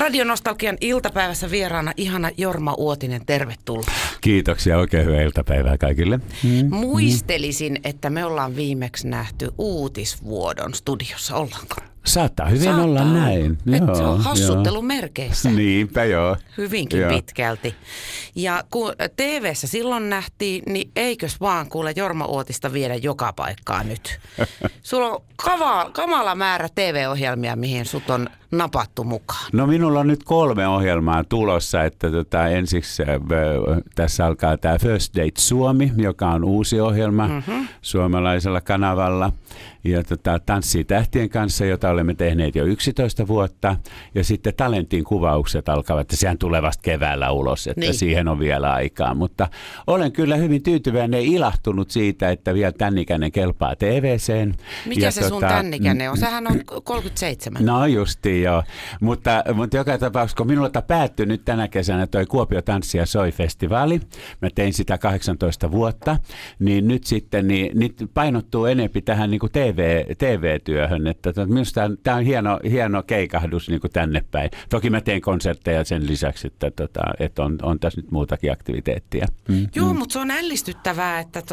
Radio Nostalgian iltapäivässä vieraana ihana Jorma Uotinen, tervetuloa. Kiitoksia, oikein hyvää iltapäivää kaikille. Muistelisin, että me ollaan viimeksi nähty Uutisvuodon studiossa, ollaanko? Saattaa hyvin olla näin. Että se on hassuttelun merkeissä. Niinpä joo. Hyvinkin pitkälti. Ja kun TV:ssä silloin nähtiin, niin eikös vaan kuule Jorma Uotista viedä joka paikkaa nyt. Sulla on kamala määrä TV-ohjelmia, mihin sut on napattu mukaan. No minulla on nyt 3 ohjelmaa tulossa, että ensiksi tässä alkaa tämä First Date Suomi, joka on uusi ohjelma suomalaisella kanavalla. Ja Tanssii tähtien kanssa, jota olemme tehneet jo 11 vuotta. Ja sitten Talentin kuvaukset alkavat, että sehän tulee vasta keväällä ulos, että niin. Siihen on vielä aikaa. Mutta olen kyllä hyvin tyytyväinen ja ilahtunut siitä, että vielä tämän ikäinen kelpaa TV:seen. Mikä ja se sun tämän ikäinen on? Sähän on 37. No justiin joo, mutta joka tapauksessa, kun minulta päättyi nyt tänä kesänä toi Kuopio Tanssi ja Soi-festivaali, mä tein sitä 18 vuotta, niin nyt sitten nyt painottuu enemmän tähän niin kuin TV-työhön, että minusta tämä on hieno keikahdus niin kuin tänne päin. Toki mä teen konsertteja sen lisäksi, että on tässä nyt muutakin aktiviteettia. Joo, mutta se on ällistyttävää, että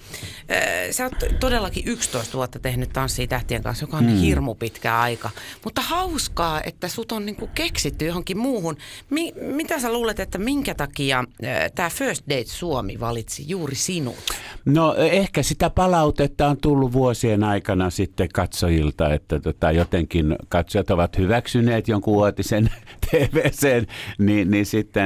sä oot todellakin 11 vuotta tehnyt Tanssii tähtien kanssa, joka on hirmu pitkä aika. Mutta hauskaa, että sut on niinku keksitty johonkin muuhun. Mitä sä luulet, että minkä takia tämä First Date Suomi valitsi juuri sinut? No ehkä sitä palautetta on tullut vuosien aikana sitten katsojilta, että jotenkin katsojat ovat hyväksyneet jonkun uutisen TV:seen, niin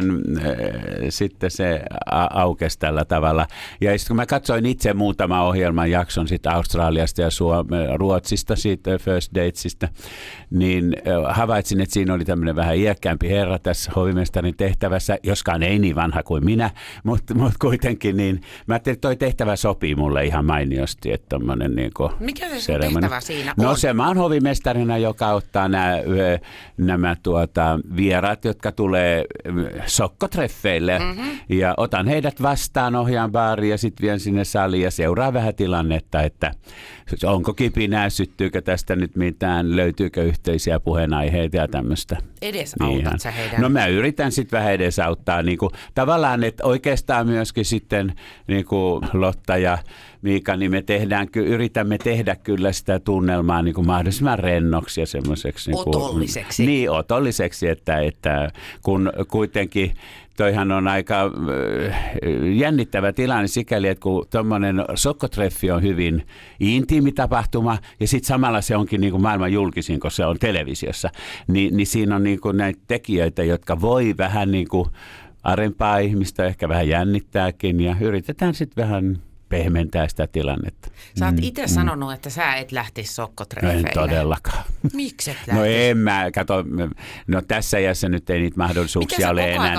sitten se aukesi tällä tavalla. Ja sitten kun mä katsoin itse muutaman ohjelman jakson sitten Australiasta ja Ruotsista siitä First Datesista, niin havaitsin, että siinä oli tämmöinen vähän iäkkäämpi herra tässä hovimestarin tehtävässä, joskaan ei niin vanha kuin minä, mutta kuitenkin niin mä ajattelin, että toi tehtävä sopii mulle ihan mainiosti, että tommonen niinku mikä se sun tehtävä siinä on? No se mä oon hovimestarina, joka ottaa nämä vieraat, jotka tulee sokkotreffeille ja otan heidät vastaan, ohjaan baariin ja sitten vien sinne saliin ja seuraa vähän tilannetta, että onko kipinää, syttyykö tästä nyt mitään, löytyykö yhteisiä puheenaiheita ja tämmöistä. Edesautat sä heidän? No mä yritän sitten vähän edesauttaa niin kuin, tavallaan, että oikeastaan myöskin sitten niin kuin Lotta ja Miika, niin me yritämme tehdä kyllä sitä tunnelmaa niin kuin mahdollisimman rennoksi ja semmoiseksi. Otolliseksi. Niin, otolliseksi, että kun kuitenkin toihan on aika jännittävä tilanne sikäli, että kun tuommoinen sokkotreffi on hyvin intiimi tapahtuma ja sitten samalla se onkin niin kuin maailman julkisin, kun se on televisiossa, niin siinä on niin kuin näitä tekijöitä, jotka voi vähän niin kuin arempaa ihmistä, ehkä vähän jännittääkin ja yritetään sitten vähän pehmentää sitä tilannetta. Sä oot itse sanonut, että sä et lähtisi sokkotreffeille. En todellakaan. Miksi et lähtisi? No en mä, kato, no tässä iässä nyt ei niitä mahdollisuuksia ole enää.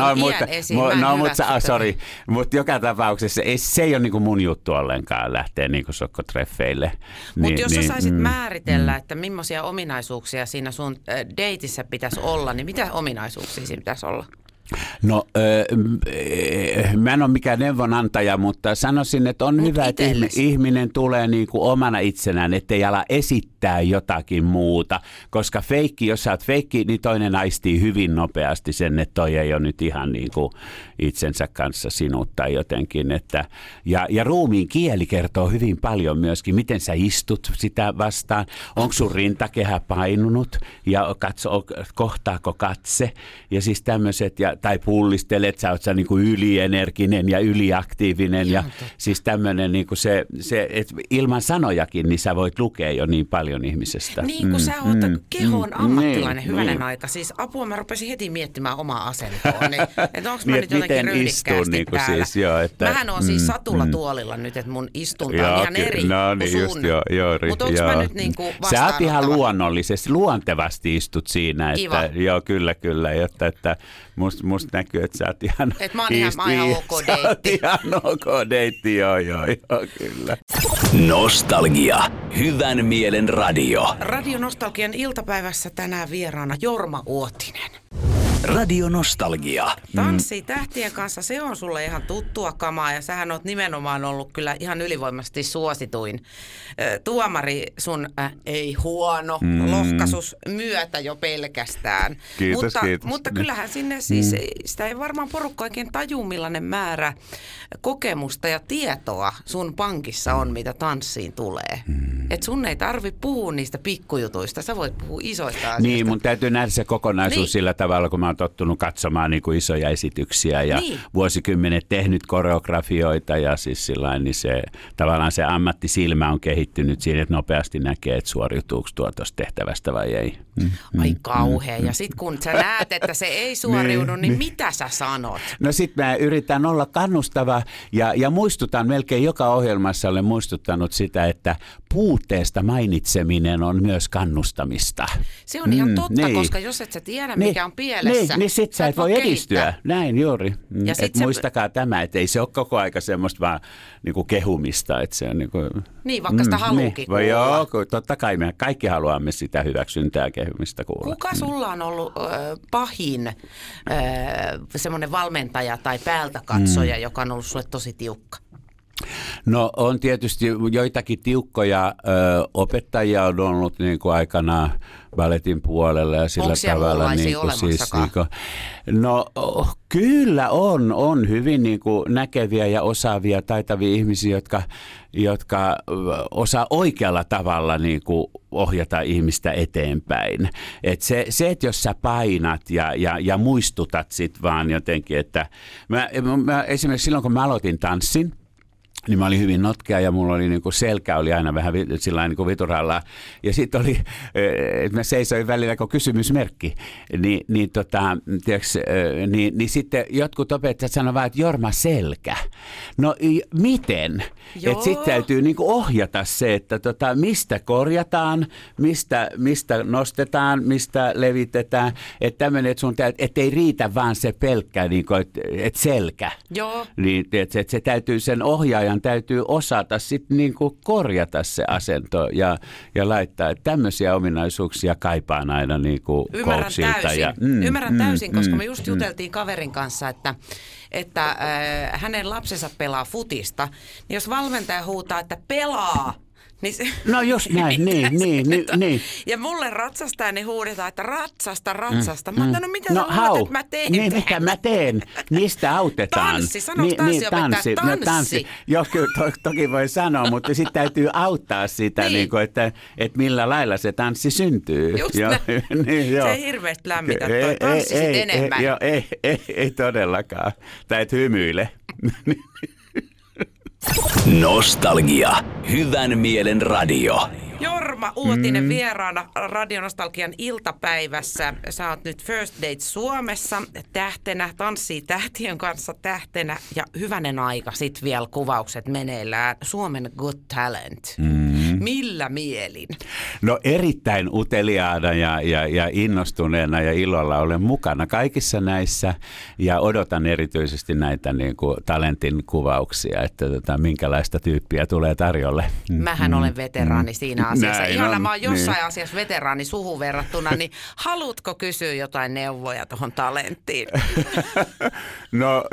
Mutta joka tapauksessa se ei ole niin kuin mun juttu ollenkaan lähteä niin kuin sokkotreffeille. Mutta jos sä saisit määritellä, että millaisia ominaisuuksia siinä sun deitissä pitäisi olla, niin mitä ominaisuuksia siinä pitäisi olla? No, mä en ole mikään neuvonantaja, mutta sanoisin, että on hyvä, että ihminen tulee niin kuin omana itsenään, ettei ala esittää jotakin muuta, koska jos sä oot feikki, niin toinen aistii hyvin nopeasti sen, että toi ei ole nyt ihan niin kuin itsensä kanssa sinut tai jotenkin. Ja ruumiin kieli kertoo hyvin paljon myöskin, miten sä istut sitä vastaan, onko sun rintakehä painunut ja kohtaako katse ja siis tämmöiset tai pullistelet, sä oot sä niin kuin ylienerginen ja yliaktiivinen ja siis tämmöinen niin kuin se että ilman sanojakin, niin sä voit lukea jo niin paljon ihmisestä. Niin kuin sä oot kehon ammattilainen hyvänen aika. Siis apua, mä rupesin heti miettimään omaa asentoa. Että onko mä nyt jotenkin ryhdikkäästi niin täällä. Siis, joo, että, mähän on siis satulatuolilla nyt, että mun istunta on ihan eri kuin sun. Mutta onko mä nyt niin kuin vastaanottava? Sä oot ihan luonnollisesti, luontevasti istut siinä. Että, joo, kyllä. Että musta näkyy, että sä oot ihan... Että mä oon ihan ok deitti. Sä oot ihan ok deitti, joo, kyllä. Nostalgia. Hyvän mielen radio. Radio Nostalgian iltapäivässä tänään vieraana Jorma Uotinen. Radio Nostalgia. Tanssii tähtien kanssa, se on sulle ihan tuttua kamaa ja sähän oot nimenomaan ollut kyllä ihan ylivoimaisesti suosituin tuomari sun ei huono lohkaisus myötä jo pelkästään. Kiitos. Mutta kyllähän sinne siis, sitä ei varmaan porukka oikein taju, millainen määrä kokemusta ja tietoa sun pankissa on, mitä tanssiin tulee. Et sun ei tarvi puhua niistä pikkujutuista, sä voit puhua isoista asioista. Niin, mun täytyy nähdä se kokonaisuus sillä tavalla, kun mä oon tottunut katsomaan niin kuin isoja esityksiä ja vuosikymmenet tehnyt koreografioita ja siis sillain, niin se tavallaan se ammattisilmä on kehittynyt siinä, että nopeasti näkee, että suoriutuuko tuosta tehtävästä vai ei. Ai kauhea. Ja sit kun sä näet, että se ei suoriudu, niin mitä sä sanot? No sit mä yritän olla kannustava ja muistutan melkein joka ohjelmassa olen muistuttanut sitä, että puutteesta mainitseminen on myös kannustamista. Se on ihan totta, koska jos et sä tiedä, mikä on pielessä, niin sit sä et voi edistyä. Näin juuri. Ja muistakaa tämä, että ei se ole koko aika semmoista vaan niinku kehumista. Että se on niinku, niin, vaikka sitä haluukin kuulla. Joo, totta kai me kaikki haluamme sitä hyväksyntää kehumista kuulla. Kuka sulla on ollut pahin semmoinen valmentaja tai päältä katsoja, joka on ollut sulle tosi tiukka? No on tietysti joitakin tiukkoja opettajia on ollut niin kuin aikanaan balletin puolella ja sillä tavalla. Niin kuin, siis, niin kuin, no kyllä on hyvin niin kuin näkeviä ja osaavia, taitavia ihmisiä, jotka osaa oikealla tavalla niin kuin ohjata ihmistä eteenpäin. Et se, että jos sä painat ja muistutat sit vaan jotenkin, että mä esimerkiksi silloin kun mä aloitin tanssin, niin mä olin hyvin notkea ja mulla oli niinku selkä oli aina vähän sillain niinku vituralla. Ja sitten oli, että mä seisoin välillä kuin kysymysmerkki. Niin sitten jotkut opettajat sanoivat, että Jorma selkä. No miten? Että sitten täytyy niinku ohjata se, että mistä korjataan, mistä nostetaan, mistä levitetään. Että tämmöinen, että ei riitä vaan se pelkkä, niinku, että selkä. Joo. Niin, että se täytyy sen ohjaajan täytyy osata sitten niinku korjata se asento ja laittaa. Että tämmöisiä ominaisuuksia kaipaan aina niinku coachilta. Ymmärrän täysin, koska me just juteltiin kaverin kanssa, että hänen lapsensa pelaa futista. Niin jos valmentaja huutaa, että pelaa, niin se, no just näin, niin. Ja mulle ratsastajani huudetaan, että ratsasta. Mä oon, no mitä sä luulet, että mä teen? Niin, mitä mä teen? Mistä autetaan? Tanssi, sanoiko tanssiopettaja? Tanssi. Joo, kyllä toki voi sanoa, mutta sitten täytyy auttaa sitä, niin kuin, että millä lailla se tanssi syntyy. Just niin, se ei hirveästi lämmitä, tanssisit enemmän. Joo, ei todellakaan. Tai et hymyile. Nostalgia. Hyvän mielen radio. Jorma Uotinen vieraana Radio Nostalgian iltapäivässä. Sä oot nyt First Date Suomessa tähtenä, tanssii tähtien kanssa tähtenä ja hyvänen aika sit vielä kuvaukset meneillään. Suomen Got Talent. Millä mielin? No erittäin uteliaana ja innostuneena ja ilolla olen mukana kaikissa näissä ja odotan erityisesti näitä niin kuin talentin kuvauksia, että minkälaista tyyppiä tulee tarjolle. Mähän olen veteraani siinä asiassa. Ihana, mä oon jossain asiassa veteraani suhun verrattuna, niin haluatko kysyä jotain neuvoja tuohon talenttiin? No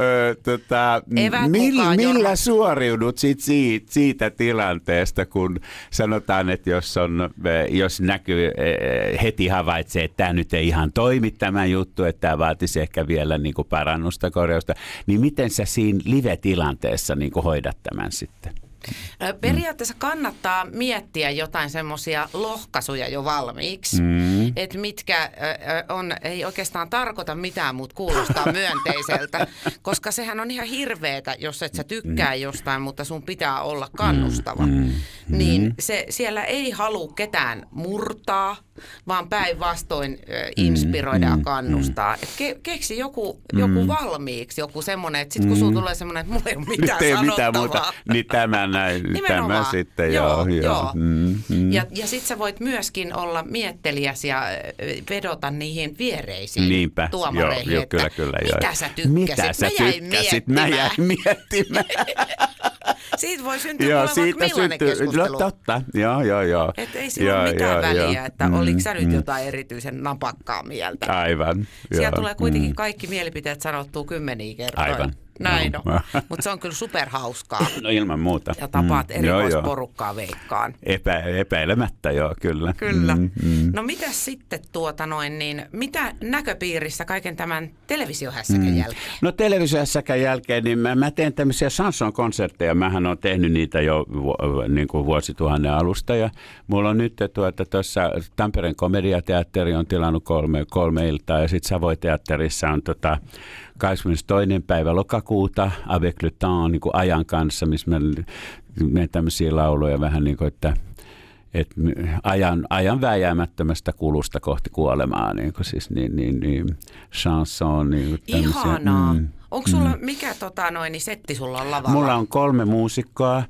millä suoriudut siitä tilanteesta, kun sanotaan, että jos näkyy, heti havaitsee, että tämä nyt ei ihan toimi tämä juttu, että tämä vaatisi ehkä vielä niin kuin parannusta, korjausta, niin miten sä siinä live-tilanteessa niin kuin hoidat tämän sitten? Periaatteessa kannattaa miettiä jotain semmoisia lohkaisuja jo valmiiksi, että mitkä ei oikeastaan tarkoita mitään, mutta kuulostaa myönteiseltä, koska sehän on ihan hirveetä, jos et sä tykkää jostain, mutta sun pitää olla kannustava. Niin siellä ei halua ketään murtaa, vaan päinvastoin inspiroida ja kannustaa. Keksi joku valmiiksi, joku semmoinen, että sitten kun sulla tulee semmoinen, että mulla ei ole mitään sanottavaa. Mitään muuta, niin tämä sitten, joo. Ja sitten sä voit myöskin olla miettelijäs ja vedota niihin viereisiin tuomareihin, joo, kyllä, mitä sä tykkäsit. Mä jäin miettimään. Siitä voi syntyä vaikka millainen keskustelu. No totta, joo. Että ei sillä ole mitään väliä, että oliko sä nyt jotain erityisen napakkaa mieltä. Aivan. Siellä tulee kuitenkin kaikki mielipiteet sanottua 10 kertaa. Aivan. Näin on. Mutta se on kyllä superhauskaa. No ilman muuta. Ja tapaat erikoisporukkaa veikkaan. Epäilemättä joo, kyllä. Kyllä. No mitäs sitten mitä näköpiirissä kaiken tämän televisiohässäkän jälkeen? No televisiohässäkän jälkeen, niin mä teen tämmöisiä chanson-konsertteja. Mähän on tehnyt niitä jo niin kuin vuosituhannen alusta. Ja mulla on nyt tuossa Tampereen komediateatteri on tilannut kolme iltaa ja sitten Savoy-teatterissa on 22. päivä lokakuuta Avec le temps, niin kuin ajan kanssa, missä me tämmöisiä lauloja vähän niin kuin, että ajan vääjäämättömästä kulusta kohti kuolemaa, niin kuin siis chanson. Niin ihanaa. Onko sulla, mikä setti sulla on lavalla? Mulla on 3 muusikkoa,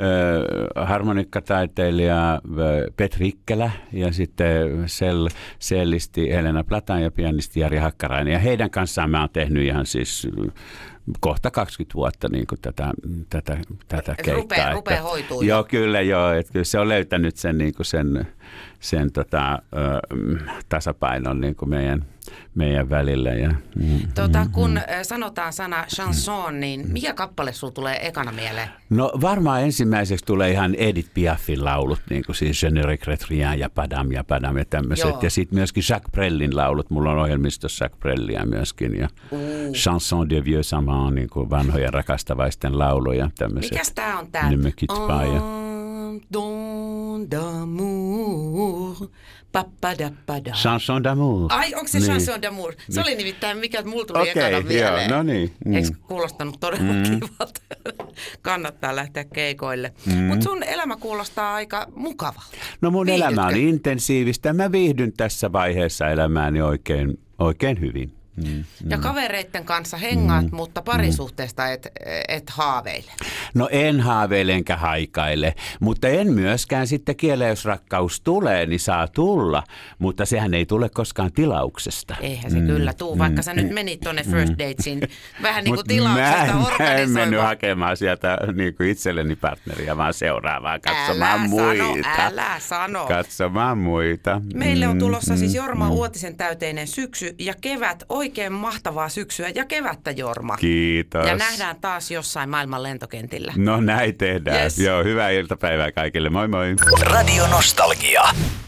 harmonikkataiteilija Petri Ikkelä ja sitten sellisti Helena Platan ja pianisti Jari Hakkarainen. Ja heidän kanssaan mä oon tehnyt ihan siis kohta 20 vuotta niin kuin tätä keikkaa. Rupea hoituu. Joo, kyllä joo. Että kyllä se on löytänyt sen, niin kuin sen tasapainon niin kuin meidän välillä. Ja, kun sanotaan sana chanson, niin mikä kappale sulla tulee ekana mieleen? No varmaan ensimmäiseksi tulee ihan Edith Piafin laulut, niin kuin siis Je ne regrette rien ja Padam ja tämmöiset. Joo. Ja sitten myöskin Jacques Brelin laulut. Mulla on ohjelmistossa Jacques Brelia myöskin. Ja Chanson de vieux amants, niin kuin vanhojen rakastavaisten lauluja. Mikäs tää on tää? Ne me quitte pas. Don d'amour. Papadappada. Chanson d'amour. Ai, onko se chanson d'amour? Se oli nimittäin, mikä mulla tuli ekana mieleen. No niin. Eikö kuulostanut todella kivalta? Kannattaa lähteä keikoille. Mutta sun elämä kuulostaa aika mukavalta. No mun elämä on intensiivistä. Mä viihdyn tässä vaiheessa elämääni oikein hyvin. Ja kavereitten kanssa hengaat, mutta parisuhteesta et haaveile. No en haaveile enkä haikaile, mutta en myöskään sitten kiellä, jos rakkaus tulee, niin saa tulla, mutta sehän ei tule koskaan tilauksesta. Eihän se kyllä tuu, vaikka sä nyt menit tuonne First Datesiin vähän niin kuin tilauksesta organisoimaan. Mä en mennyt hakemaan sieltä niin kuin itselleni partneria, vaan seuraavaan katsomaan muita. Älä sano. Katsomaan muita. Meille on tulossa siis Jorma Uotisen täyteinen syksy ja kevät. Oikein mahtavaa syksyä ja kevättä, Jorma. Kiitos. Ja nähdään taas jossain maailman lentokentillä. No näin tehdään. Yes. Joo, hyvää iltapäivää kaikille. Moi moi. Radio Nostalgia.